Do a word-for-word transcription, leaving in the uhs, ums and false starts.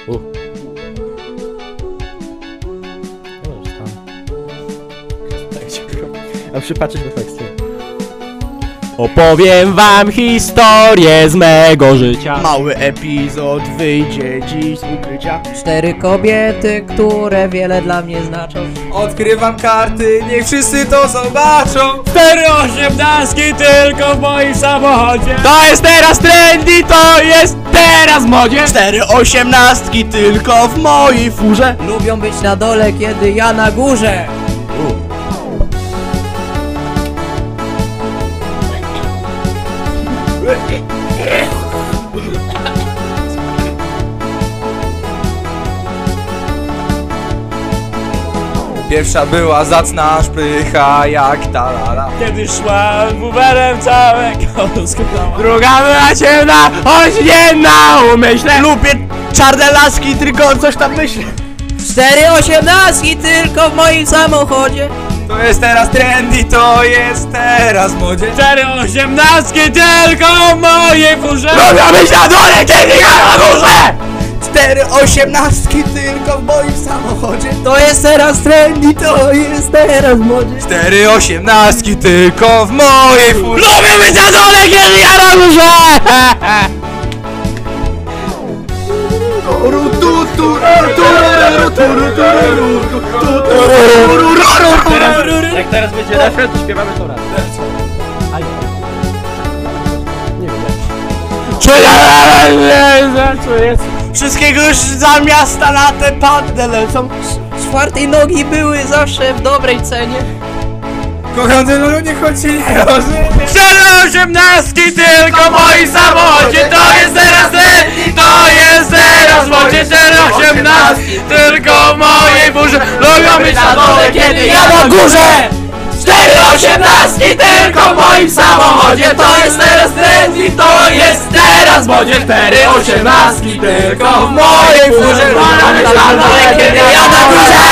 U. A przypatrzeć do tekstu. Opowiem wam historię z mego życia. Mały epizod wyjdzie dziś z ukrycia. Cztery kobiety, które wiele dla mnie znaczą. Odkrywam karty, niech wszyscy to zobaczą. Cztery osiemnastki tylko w moim samochodzie. To jest teraz trendy, to jest teraz w modzie. Cztery osiemnastki tylko w mojej furze. Lubią być na dole, kiedy ja na górze. Pierwsza była zacna szprycha jak ta lala. Kiedy szłam Uberem całego skutała. Druga była ciemna, choć nie na umyśle. Lubię czarne laski, tylko coś tam myślę. Cztery osiemnastki tylko w moim samochodzie. To jest teraz trendy, to jest teraz w modzie. Cztery osiemnastki tylko w mojej furze. Lubię być na dole, kiedy ja na górze. Cztery osiemnastki tylko w moim samochodzie. To jest teraz trendy, to jest teraz w modzie. Cztery osiemnastki tylko w mojej furze. Lubię być na dole, kiedy ja na górze. Jak teraz będzie refren, to śpiewamy to raz. Aj. Nie wiem. Co jest? Wszystkiego już za miasta na te pandę lecą. Czwartej nogi były zawsze w dobrej cenie. Kochany, no nie chodź się nie rozumie. Cztery osiemnastki tylko w moim samochodzie. To jest teraz trendy, to jest teraz w modzie. Cztery osiemnastki tylko w mojej furze. Lubią być na dole, kiedy ja na górze. Cztery osiemnastki tylko w moim samochodzie. To jest teraz trendy, to jest teraz w modzie. Cztery osiemnastki tylko w mojej furze. Lubią być na dole, kiedy ja na górze.